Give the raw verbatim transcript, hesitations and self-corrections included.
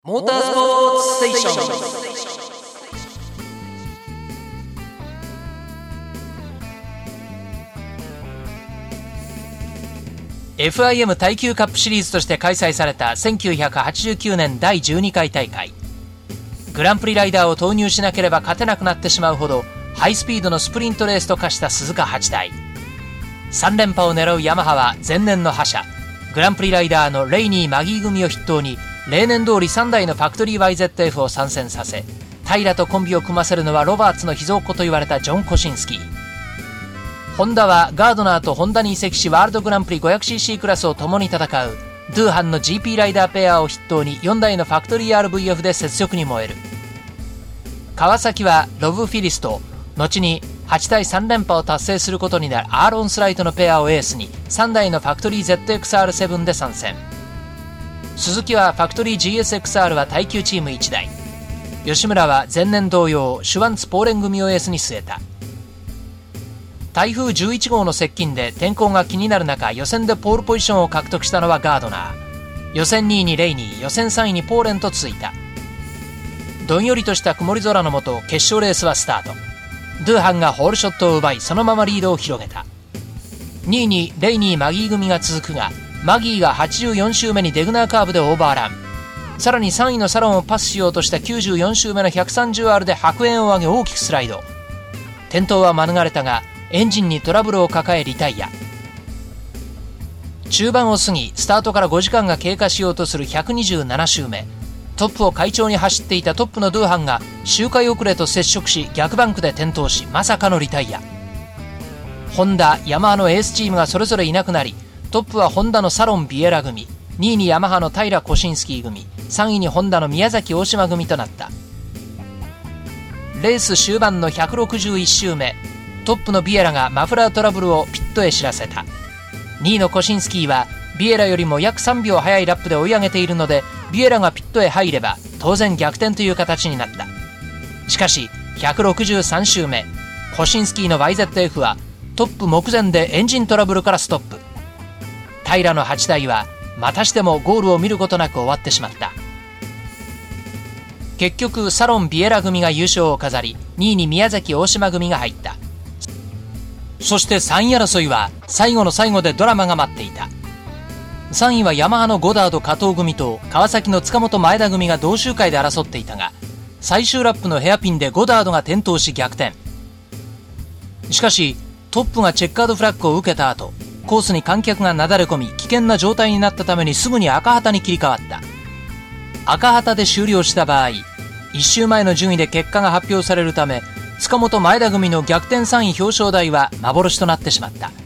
モータースポーツステーション。エフアイエム 耐久カップシリーズとして開催されたせんきゅうひゃくはちじゅうきゅうねんだいじゅうにかい大会。グランプリライダーを投入しなければ勝てなくなってしまうほどハイスピードのスプリントレースと化した鈴鹿はちだい。さん連覇を狙うヤマハは前年の覇者グランプリライダーのレイニー・マギー組を筆頭に例年通りさんだいのファクトリー ワイゼットエフ を参戦させ、平とコンビを組ませるのはロバーツの秘蔵っ子と言われたジョン・コシンスキー。ホンダはガードナーとホンダに移籍しワールドグランプリ ごひゃくシーシー クラスを共に戦うドゥーハンの ジーピー ライダーペアを筆頭によんだいのファクトリー アールブイエフ で雪辱に燃える。川崎はロブ・フィリスと後にはちだいさん連覇を達成することになるアーロン・スライトのペアをエースにさんだいのファクトリー ゼットエックスアールセブン で参戦。鈴木はファクトリー ジーエスエックスアール は耐久チームいちだい、吉村は前年同様シュワンツ・ポーレン組をエースに据えた。台風じゅういち号の接近で天候が気になる中、予選でポールポジションを獲得したのはガードナー。予選にいにレイニー、予選さんいにポーレンと続いた。どんよりとした曇り空の下、決勝レースはスタート。ドゥーハンがホールショットを奪いそのままリードを広げた。にいにレイニー・マギー組が続くが、マギーがはちじゅうよん周目にデグナーカーブでオーバーラン。さらにさんいのサロンをパスしようとしたきゅうじゅうよん周目の ひゃくさんじゅうアール で白煙を上げ大きくスライド。転倒は免れたがエンジンにトラブルを抱えリタイア。中盤を過ぎスタートからごじかんが経過しようとするひゃくにじゅうなな周目、トップを快調に走っていたトップのドゥーハンが周回遅れと接触し逆バンクで転倒しまさかのリタイア。ホンダ、ヤマハのエースチームがそれぞれいなくなり、トップはホンダのサロン・ビエラ組、にいにヤマハの平コシンスキー組、さんいにホンダの宮崎大島組となった。レース終盤のひゃくろくじゅういち周目、トップのビエラがマフラートラブルをピットへ知らせた。にいのコシンスキーはビエラよりも約さんびょう早いラップで追い上げているので、ビエラがピットへ入れば当然逆転という形になった。しかしひゃくろくじゅうさん周目、コシンスキーの ワイゼットエフ はトップ目前でエンジントラブルからストップ。平のはちだいはまたしてもゴールを見ることなく終わってしまった。結局サロン・ビエラ組が優勝を飾り、にいに宮崎大島組が入った。そしてさんい争いは最後の最後でドラマが待っていた。さんいはヤマハのゴダード加藤組と川崎の塚本前田組が同周回で争っていたが、最終ラップのヘアピンでゴダードが転倒し逆転。しかしトップがチェッカードフラッグを受けた後、コースに観客がなだれ込み危険な状態になったためにすぐに赤旗に切り替わった。赤旗で終了した場合、いっ周前の順位で結果が発表されるため、塚本前田組の逆転さんい表彰台は幻となってしまった。